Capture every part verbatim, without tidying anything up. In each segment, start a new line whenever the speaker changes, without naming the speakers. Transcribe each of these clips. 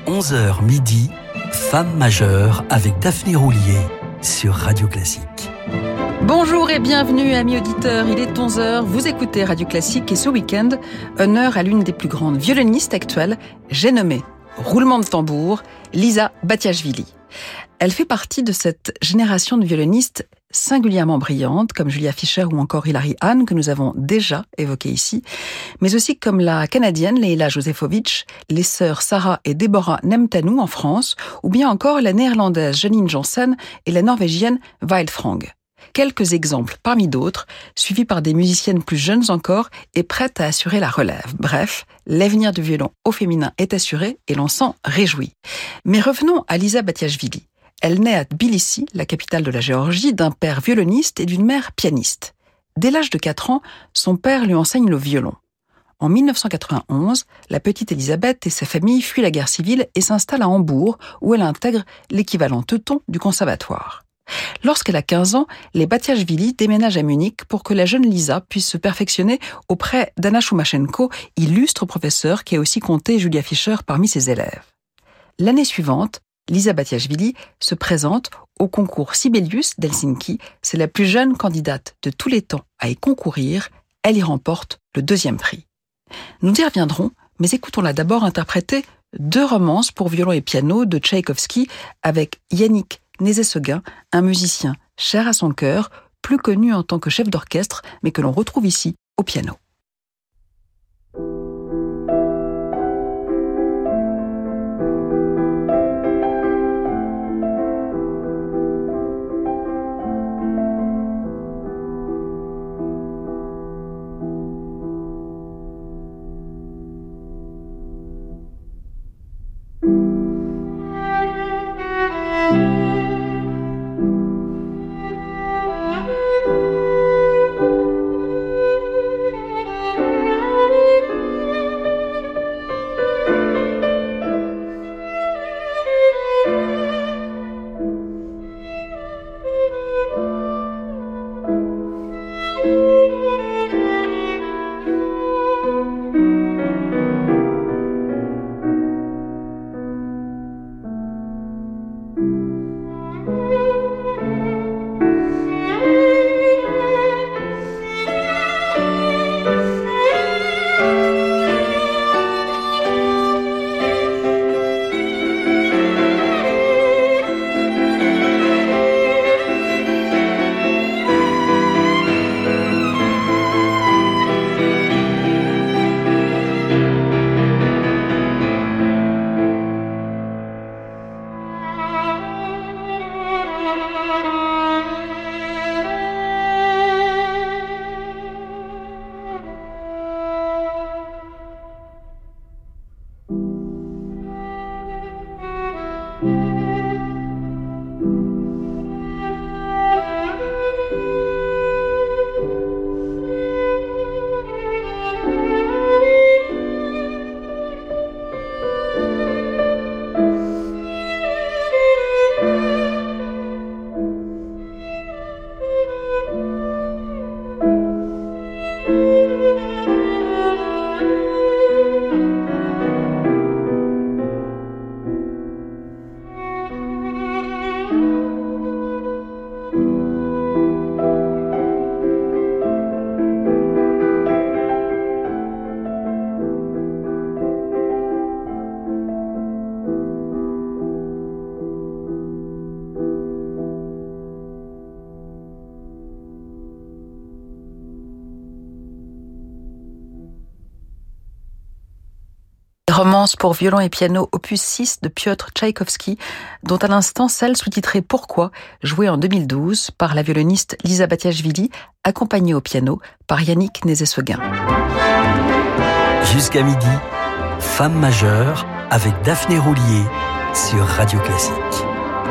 onze heures midi, Femme majeure avec Daphné Roulier sur Radio Classique.
Bonjour et bienvenue amis auditeurs, il est onze heures, vous écoutez Radio Classique et ce week-end, honneur à l'une des plus grandes violonistes actuelles, j'ai nommé, roulement de tambour, Lisa Batiashvili. Elle fait partie de cette génération de violonistes singulièrement brillantes, comme Julia Fischer ou encore Hilary Hahn, que nous avons déjà évoquées ici, mais aussi comme la Canadienne Leila Josefovich, les sœurs Sarah et Deborah Nemtanou en France, ou bien encore la Néerlandaise Janine Jansen et la Norvégienne Wildfrang. Quelques exemples parmi d'autres, suivis par des musiciennes plus jeunes encore et prêtes à assurer la relève. Bref, l'avenir du violon au féminin est assuré et l'on s'en réjouit. Mais revenons à Lisa Batiashvili. Elle naît à Tbilissi, la capitale de la Géorgie, d'un père violoniste et d'une mère pianiste. Dès l'âge de quatre ans, son père lui enseigne le violon. En dix-neuf cent quatre-vingt-onze, la petite Elisabeth et sa famille fuient la guerre civile et s'installent à Hambourg, où elle intègre l'équivalent teuton du conservatoire. Lorsqu'elle a quinze ans, les Batiashvili déménagent à Munich pour que la jeune Lisa puisse se perfectionner auprès d'Anna Shumashenko, illustre professeur qui a aussi compté Julia Fischer parmi ses élèves. L'année suivante, Lisa Batiashvili se présente au concours Sibelius d'Helsinki. C'est la plus jeune candidate de tous les temps à y concourir. Elle y remporte le deuxième prix. Nous y reviendrons, mais écoutons-la d'abord interpréter deux romances pour violon et piano de Tchaïkovski avec Yannick Nézet-Séguin, un musicien cher à son cœur, plus connu en tant que chef d'orchestre, mais que l'on retrouve ici au piano. Romance pour violon et piano opus six de Piotr Tchaïkovski, dont à l'instant celle sous-titrée Pourquoi, jouée en deux mille douze par la violoniste Lisa Batiashvili, accompagnée au piano par Yannick Nézet-Séguin.
Jusqu'à midi, Femme majeure avec Daphné Roulier sur Radio Classique.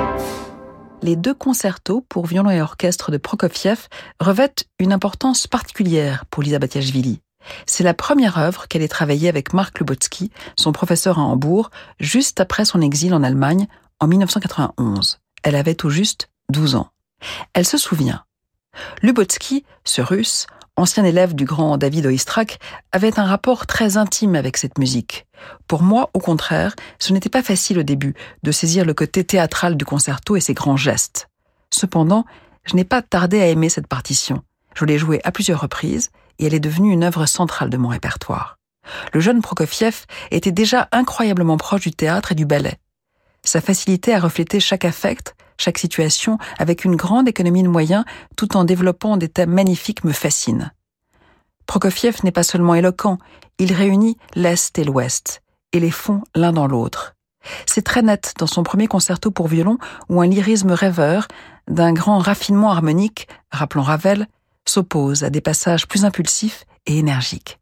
Les deux concertos pour violon et orchestre de Prokofiev revêtent une importance particulière pour Lisa Batiashvili. C'est la première œuvre qu'elle ait travaillée avec Marc Lubotsky, son professeur à Hambourg, juste après son exil en Allemagne en dix-neuf cent quatre-vingt-onze. Elle avait tout juste douze ans. Elle se souvient. Lubotsky, ce Russe, ancien élève du grand David Oistrakh, avait un rapport très intime avec cette musique. Pour moi, au contraire, ce n'était pas facile au début de saisir le côté théâtral du concerto et ses grands gestes. Cependant, je n'ai pas tardé à aimer cette partition. Je l'ai jouée à plusieurs reprises et elle est devenue une œuvre centrale de mon répertoire. Le jeune Prokofiev était déjà incroyablement proche du théâtre et du ballet. Sa facilité à refléter chaque affect, chaque situation, avec une grande économie de moyens, tout en développant des thèmes magnifiques, me fascine. Prokofiev n'est pas seulement éloquent, il réunit l'Est et l'Ouest, et les fond l'un dans l'autre. C'est très net dans son premier concerto pour violon, où un lyrisme rêveur, d'un grand raffinement harmonique, rappelant Ravel, s'oppose à des passages plus impulsifs et énergiques.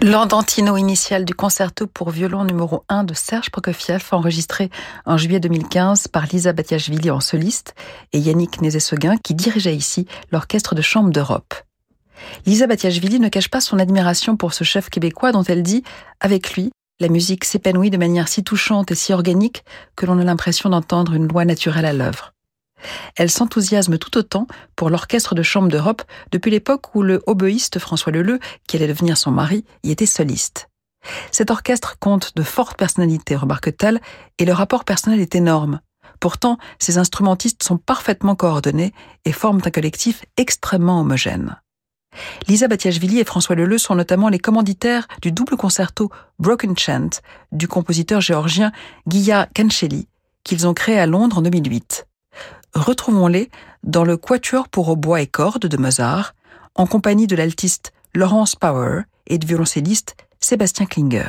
L'andantino initial du concerto pour violon numéro un de Serge Prokofiev, enregistré en juillet deux mille quinze par Lisa Batiashvili en soliste et Yannick Nézet-Séguin qui dirigeait ici l'Orchestre de chambre d'Europe. Lisa Batiashvili ne cache pas son admiration pour ce chef québécois dont elle dit « Avec lui, la musique s'épanouit de manière si touchante et si organique que l'on a l'impression d'entendre une loi naturelle à l'œuvre. » Elle s'enthousiasme tout autant pour l'Orchestre de chambre d'Europe depuis l'époque où le hoboïste François Leleu, qui allait devenir son mari, y était soliste. Cet orchestre compte de fortes personnalités, remarque-t-elle, et le rapport personnel est énorme. Pourtant, ces instrumentistes sont parfaitement coordonnés et forment un collectif extrêmement homogène. Lisa Batiashvili et François Leleu sont notamment les commanditaires du double concerto Broken Chant du compositeur géorgien Giya Kancheli, qu'ils ont créé à Londres en deux mille huit. Retrouvons-les dans le Quatuor pour hautbois et cordes de Mozart, en compagnie de l'altiste Laurence Power et du violoncelliste Sébastien Klinger.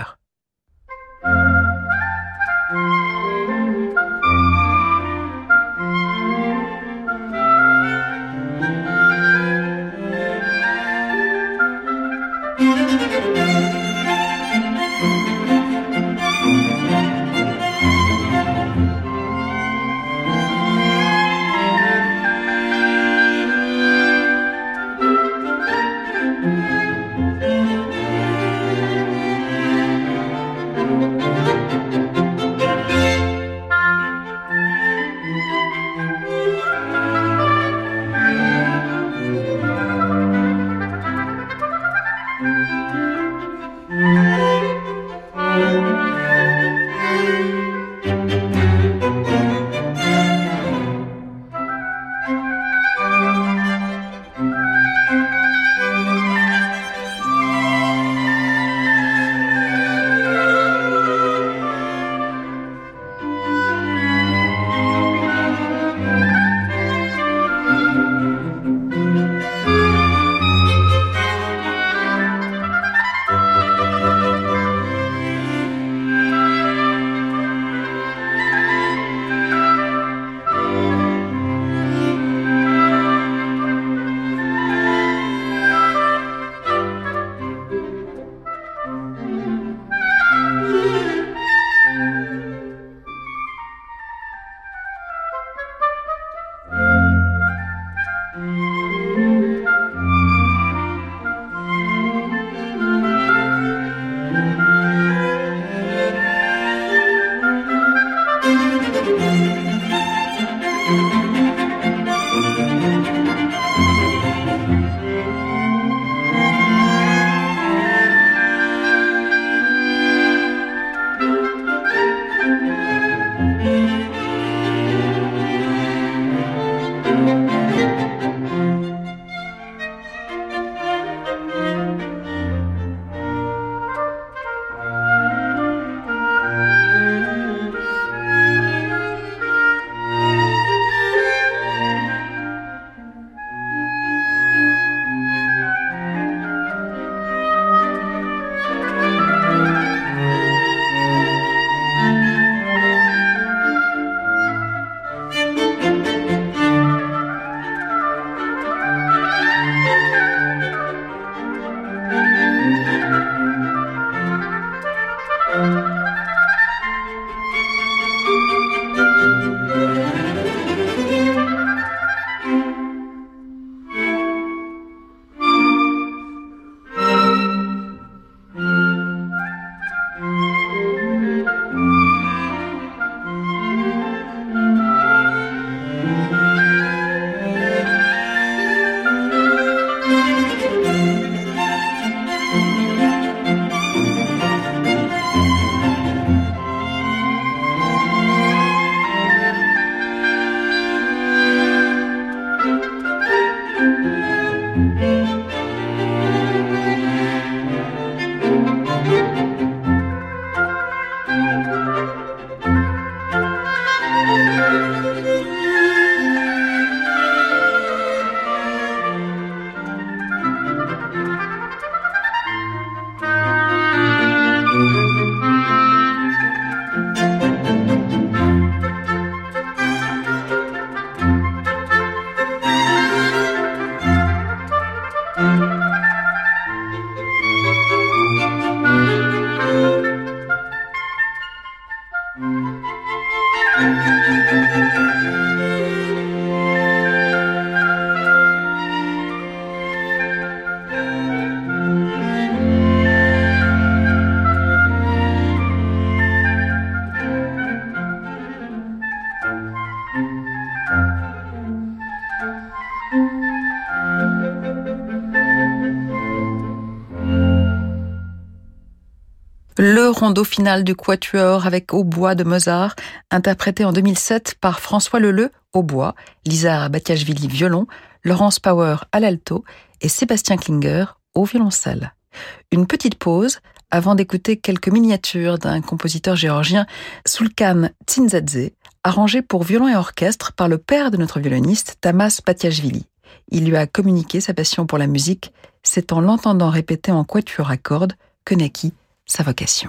rondo final du Quatuor avec Hautbois de Mozart, interprété en deux mille sept par François Leleu, hautbois, Lisa Batiashvili, violon, Laurence Power à l'alto et Sébastien Klinger au violoncelle. Une petite pause avant d'écouter quelques miniatures d'un compositeur géorgien, Sulkan Tsindzadze, arrangé pour violon et orchestre par le père de notre violoniste, Tamas Batiashvili. Il lui a communiqué sa passion pour la musique, c'est en l'entendant répéter en quatuor à cordes que naquit sa vocation.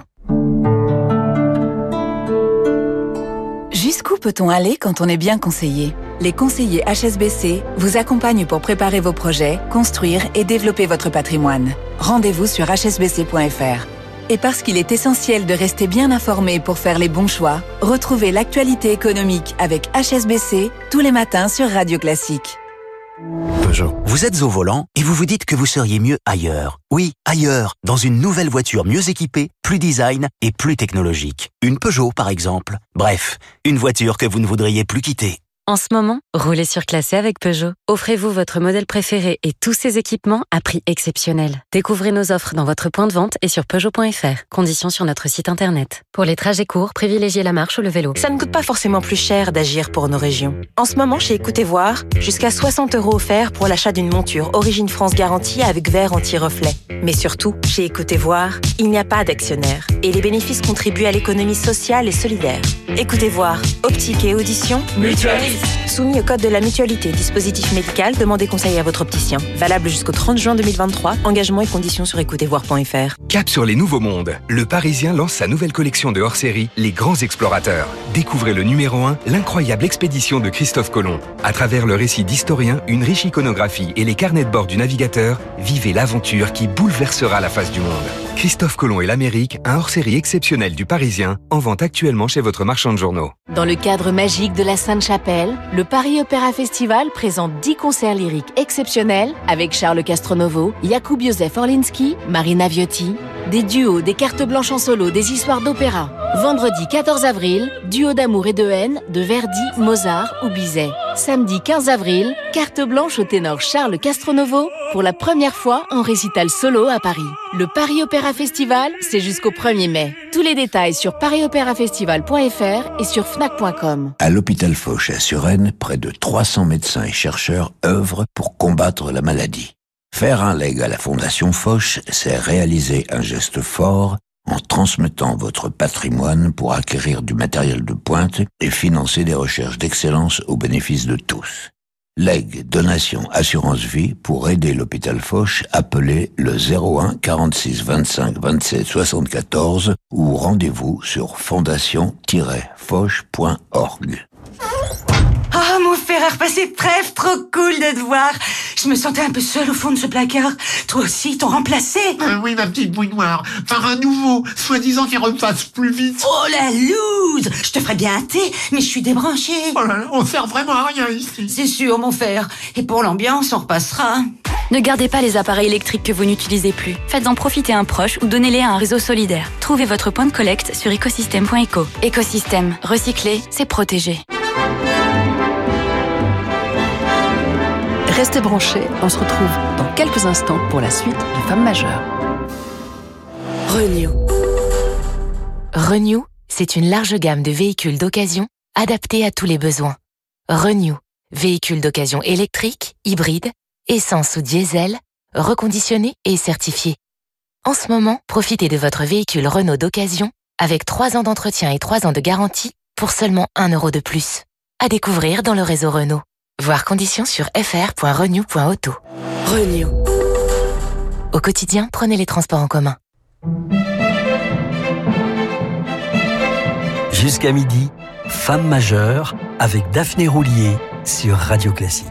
Jusqu'où peut-on aller quand on est bien conseillé ? Les conseillers H S B C vous accompagnent pour préparer vos projets, construire et développer votre patrimoine. Rendez-vous sur h s b c point f r. Et parce qu'il est essentiel de rester bien informé pour faire les bons choix, retrouvez l'actualité économique avec H S B C tous les matins sur Radio Classique.
Peugeot. Vous êtes au volant et vous vous dites que vous seriez mieux ailleurs. Oui, ailleurs, dans une nouvelle voiture mieux équipée, plus design et plus technologique. Une Peugeot, par exemple. Bref, une voiture que vous ne voudriez plus quitter.
En ce moment, roulez surclassé avec Peugeot. Offrez-vous votre modèle préféré et tous ses équipements à prix exceptionnel. Découvrez nos offres dans votre point de vente et sur Peugeot point f r. Conditions sur notre site internet. Pour les trajets courts, privilégiez la marche ou le vélo.
Ça ne coûte pas forcément plus cher d'agir pour nos régions. En ce moment, chez Écoutez Voir, jusqu'à soixante euros offerts pour l'achat d'une monture Origine France garantie avec verre anti-reflet. Mais surtout, chez Écoutez Voir, il n'y a pas d'actionnaire. Et les bénéfices contribuent à l'économie sociale et solidaire. Écoutez Voir, optique et audition, mutualise. Soumis au code de la mutualité, dispositif médical, demandez conseil à votre opticien. Valable jusqu'au trente juin deux mille vingt-trois. Engagement et conditions sur écoutez voir point f r.
Cap sur les nouveaux mondes. Le Parisien lance sa nouvelle collection de hors-série, Les Grands Explorateurs. Découvrez le numéro un, l'incroyable expédition de Christophe Colomb. À travers le récit d'historien, une riche iconographie et les carnets de bord du navigateur, vivez l'aventure qui bouleversera la face du monde. Christophe Colomb et l'Amérique, un hors-série exceptionnel du Parisien, en vente actuellement chez votre marchand de journaux.
Dans le cadre magique de la Sainte-Chapelle, le Paris Opéra Festival présente dix concerts lyriques exceptionnels avec Charles Castronovo, Jakub Józef Orlinski, Marina Viotti, des duos, des cartes blanches en solo, des histoires d'opéra. Vendredi quatorze avril, duo d'amour et de haine de Verdi, Mozart ou Bizet. Samedi quinze avril, carte blanche au ténor Charles Castronovo pour la première fois en récital solo à Paris. Le Paris Opéra Festival, c'est jusqu'au premier mai. Tous les détails sur paris opéra festival point f r et sur fnac point com.
À l'hôpital Foch à Suresnes, près de trois cents médecins et chercheurs œuvrent pour combattre la maladie. Faire un legs à la Fondation Foch, c'est réaliser un geste fort en transmettant votre patrimoine pour acquérir du matériel de pointe et financer des recherches d'excellence au bénéfice de tous. Legs, donation, assurance vie, pour aider l'hôpital Foch, appelez le zéro un quarante-six vingt-cinq vingt-sept soixante-quatorze ou rendez-vous sur fondation tiret foch point org.
Ah, mon fer à repasser de trêve, trop cool de te voir. Je me sentais un peu seule au fond de ce placard. Toi aussi, ils t'ont remplacé.
Euh, oui, ma petite bouille noire. Par un nouveau, soi-disant qui repasse plus vite.
Oh la loose. Je te ferais bien un thé, mais je suis débranchée.
Oh là là, on sert vraiment à rien ici.
C'est sûr, mon fer. Et pour l'ambiance, on repassera.
Ne gardez pas les appareils électriques que vous n'utilisez plus. Faites-en profiter un proche ou donnez-les à un réseau solidaire. Trouvez votre point de collecte sur écosystème point éco. Écosystème, recycler, c'est protéger.
Restez branchés, on se retrouve dans quelques instants pour la suite de Femmes majeures.
Renew. Renew, c'est une large gamme de véhicules d'occasion adaptés à tous les besoins. Renew, véhicules d'occasion électriques, hybrides, essence ou diesel, reconditionnés et certifiés. En ce moment, profitez de votre véhicule Renault d'occasion avec trois ans d'entretien et trois ans de garantie pour seulement un euro de plus. À découvrir dans le réseau Renault. Voir conditions sur f r point renew point auto. Renew. Au quotidien, prenez les transports en commun.
Jusqu'à midi, Femmes majeures avec Daphné Roulier sur Radio Classique.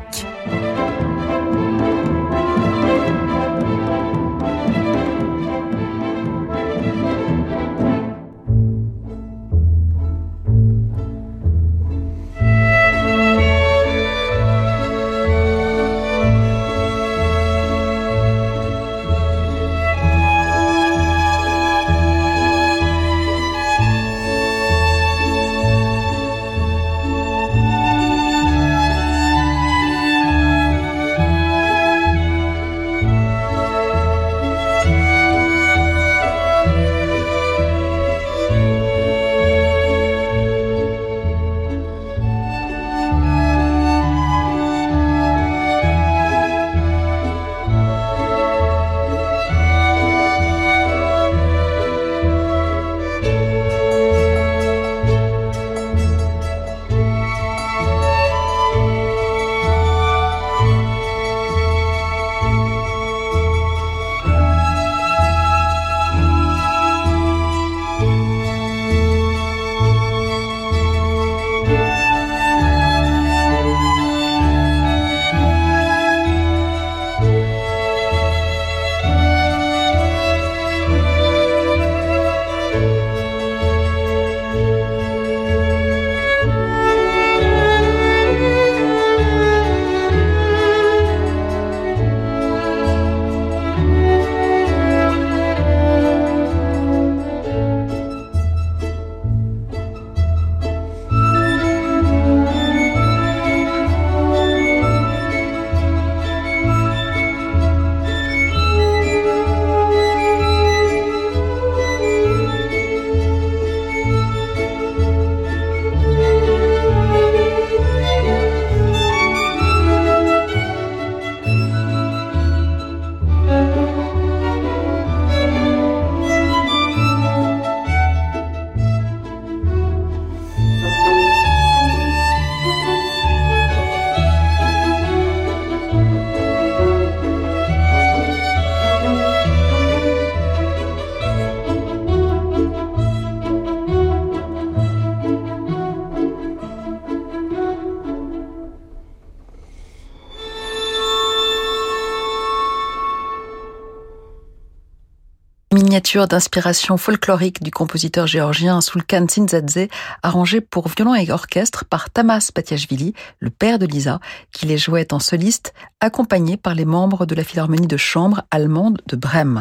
miniature d'inspiration folklorique du compositeur géorgien Sulkan Tsindzadze, arrangé pour violon et orchestre par Tamas Batiashvili, le père de Lisa, qui les jouait en soliste, accompagné par les membres de la Philharmonie de chambre allemande de Brême.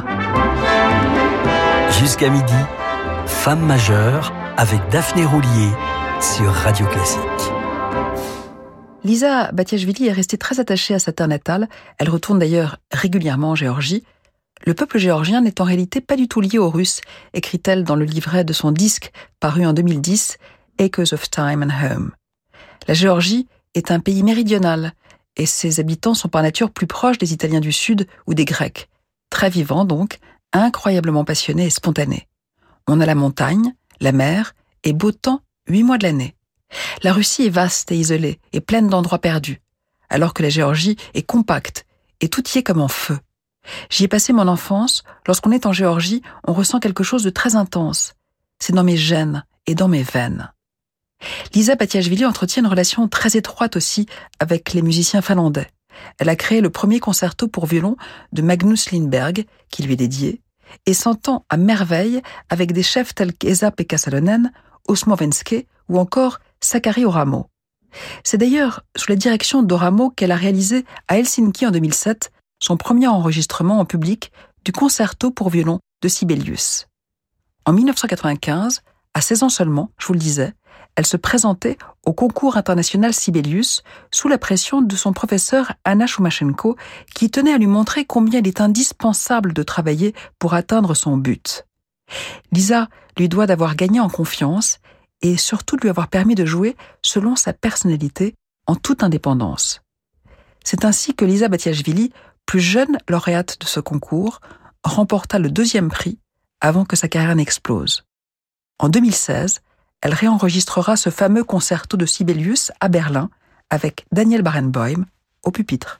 Jusqu'à midi, Femme majeure avec Daphné Roulier sur Radio Classique.
Lisa Batiashvili est restée très attachée à sa terre natale. Elle retourne d'ailleurs régulièrement en Géorgie. Le peuple géorgien n'est en réalité pas du tout lié aux Russes, écrit-elle dans le livret de son disque paru en deux mille dix, Echoes of Time and Home. La Géorgie est un pays méridional et ses habitants sont par nature plus proches des Italiens du Sud ou des Grecs. Très vivants donc, incroyablement passionnés et spontanés. On a la montagne, la mer et beau temps huit mois de l'année. La Russie est vaste et isolée et pleine d'endroits perdus, alors que la Géorgie est compacte et tout y est comme en feu. J'y ai passé mon enfance. Lorsqu'on est en Géorgie, on ressent quelque chose de très intense. C'est dans mes gènes et dans mes veines. Lisa Batiashvili entretient une relation très étroite aussi avec les musiciens finlandais. Elle a créé le premier concerto pour violon de Magnus Lindberg, qui lui est dédié, et s'entend à merveille avec des chefs tels qu'Esa-Pekka Salonen, Osmo Venske ou encore Sakari Oramo. C'est d'ailleurs sous la direction d'Oramo qu'elle a réalisé à Helsinki en deux mille sept son premier enregistrement en public du concerto pour violon de Sibelius. En dix-neuf cent quatre-vingt-quinze, à seize ans seulement, je vous le disais, elle se présentait au concours international Sibelius sous la pression de son professeur Anna Shumashenko qui tenait à lui montrer combien il est indispensable de travailler pour atteindre son but. Lisa lui doit d'avoir gagné en confiance et surtout de lui avoir permis de jouer selon sa personnalité en toute indépendance. C'est ainsi que Lisa Batiashvili, plus jeune lauréate de ce concours, remporta le deuxième prix avant que sa carrière n'explose. En deux mille seize, elle réenregistrera ce fameux concerto de Sibelius à Berlin avec Daniel Barenboim au pupitre.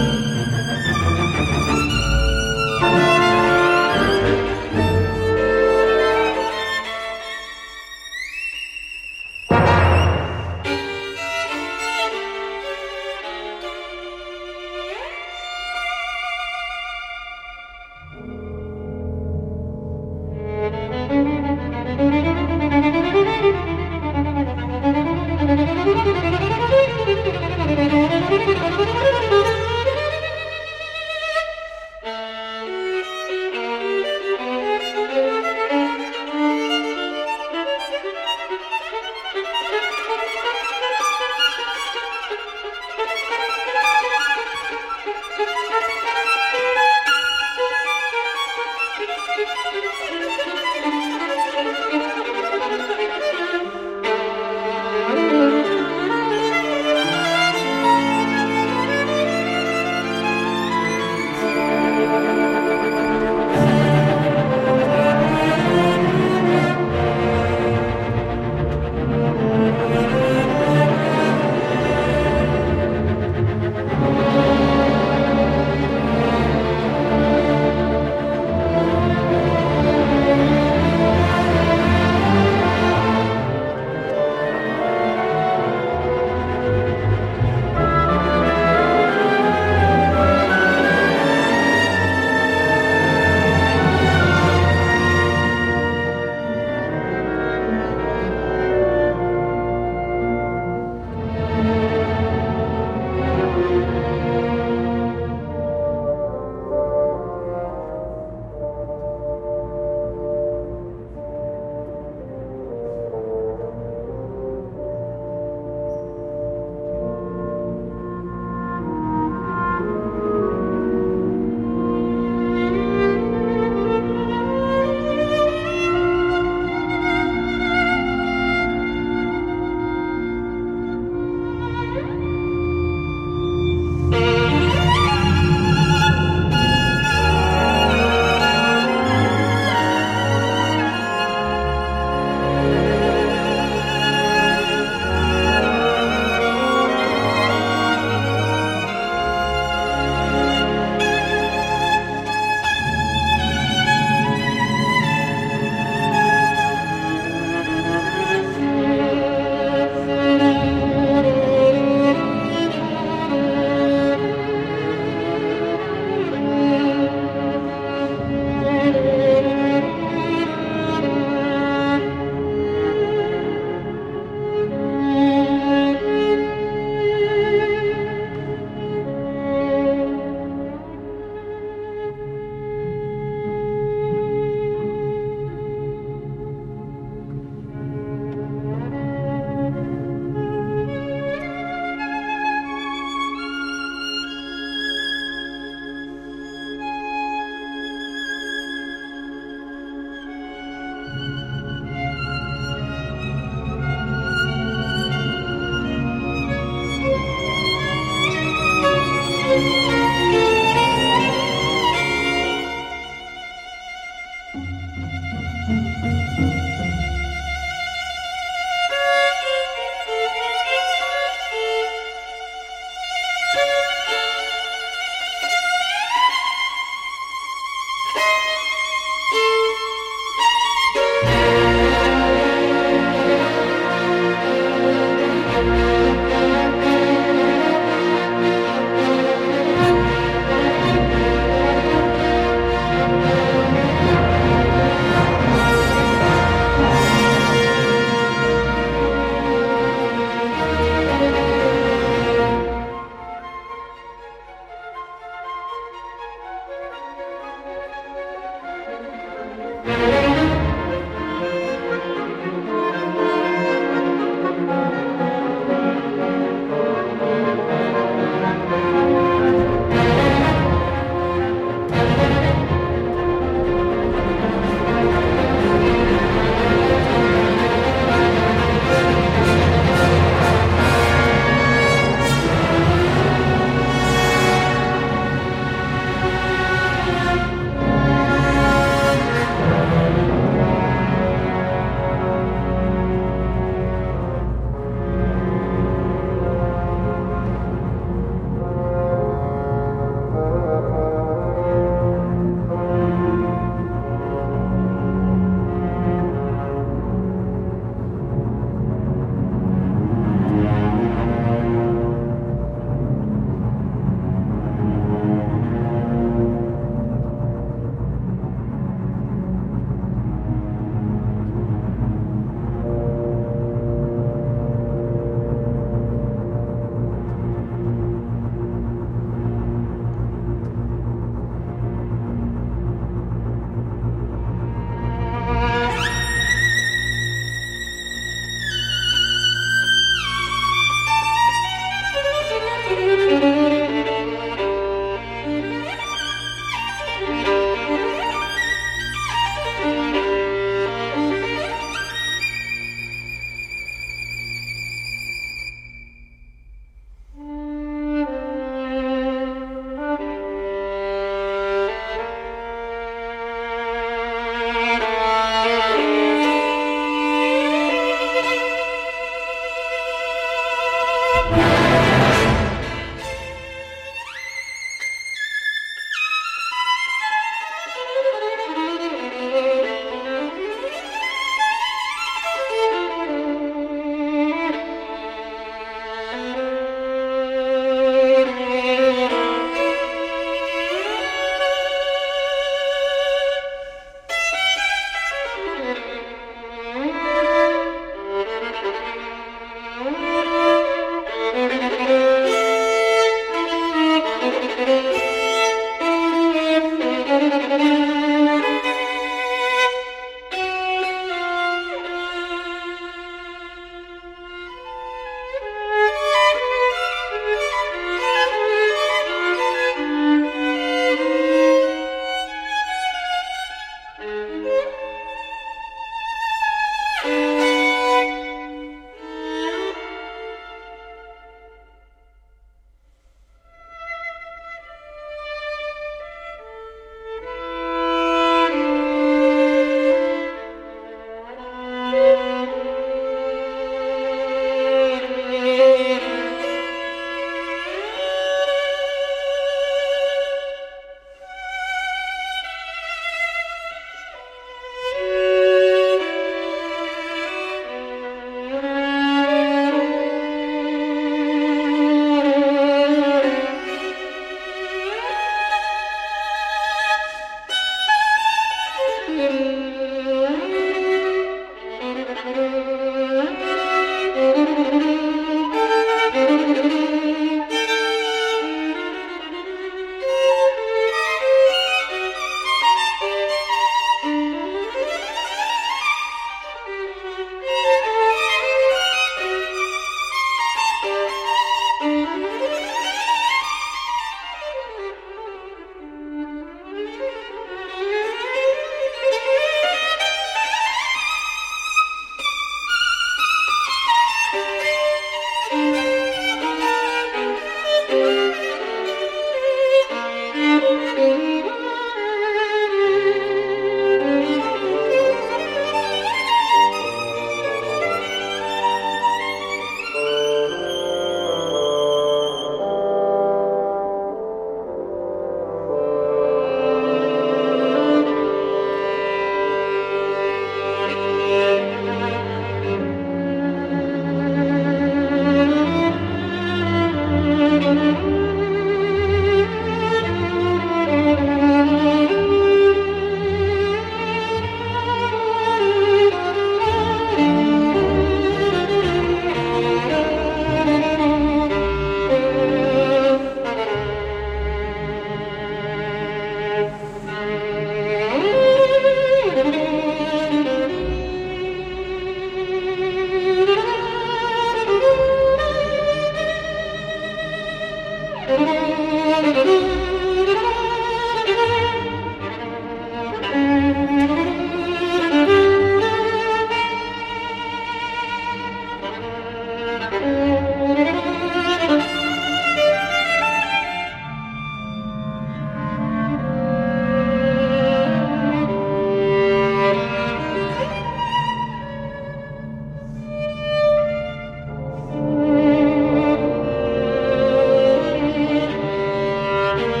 Thank you.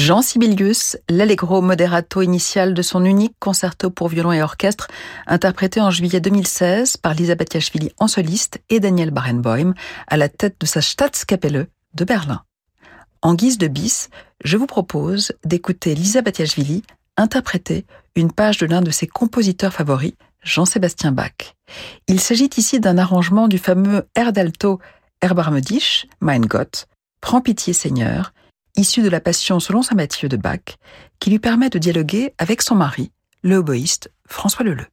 Jean Sibelius, l'allegro moderato initial de son unique concerto pour violon et orchestre, interprété en juillet deux mille seize par Lisa Batiashvili en soliste et Daniel Barenboim à la tête de sa Staatskapelle de Berlin. En guise de bis, je vous propose d'écouter Lisa Batiashvili interpréter une page de l'un de ses compositeurs favoris, Jean-Sébastien Bach. Il s'agit ici d'un arrangement du fameux air d'alto Erbarme dich, mein Gott, Prends pitié Seigneur, issu de la Passion selon saint Matthieu de Bach, qui lui permet de dialoguer avec son mari, le oboïste François Leleux.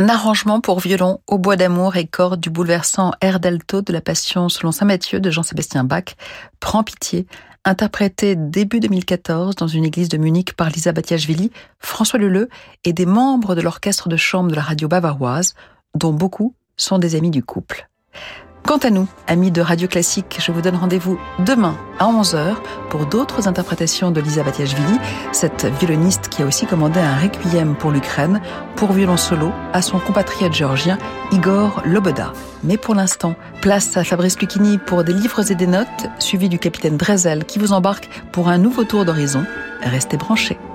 Un arrangement pour violon au bois d'amour et cordes du bouleversant air d'alto de la Passion selon saint Matthieu de Jean-Sébastien Bach, Prends pitié, interprété début deux mille quatorze dans une église de Munich par Lisa Batiashvili, François Leleu et des membres de l'orchestre de chambre de la radio bavaroise, dont beaucoup sont des amis du couple. Quant à nous, amis de Radio Classique, je vous donne rendez-vous demain à onze heures pour d'autres interprétations de Lisa Batiashvili, cette violoniste qui a aussi commandé un requiem pour l'Ukraine, pour violon solo, à son compatriote géorgien Igor Loboda. Mais pour l'instant, place à Fabrice Lucchini pour des livres et des notes, suivi du capitaine Drezel qui vous embarque pour un nouveau tour d'horizon. Restez branchés.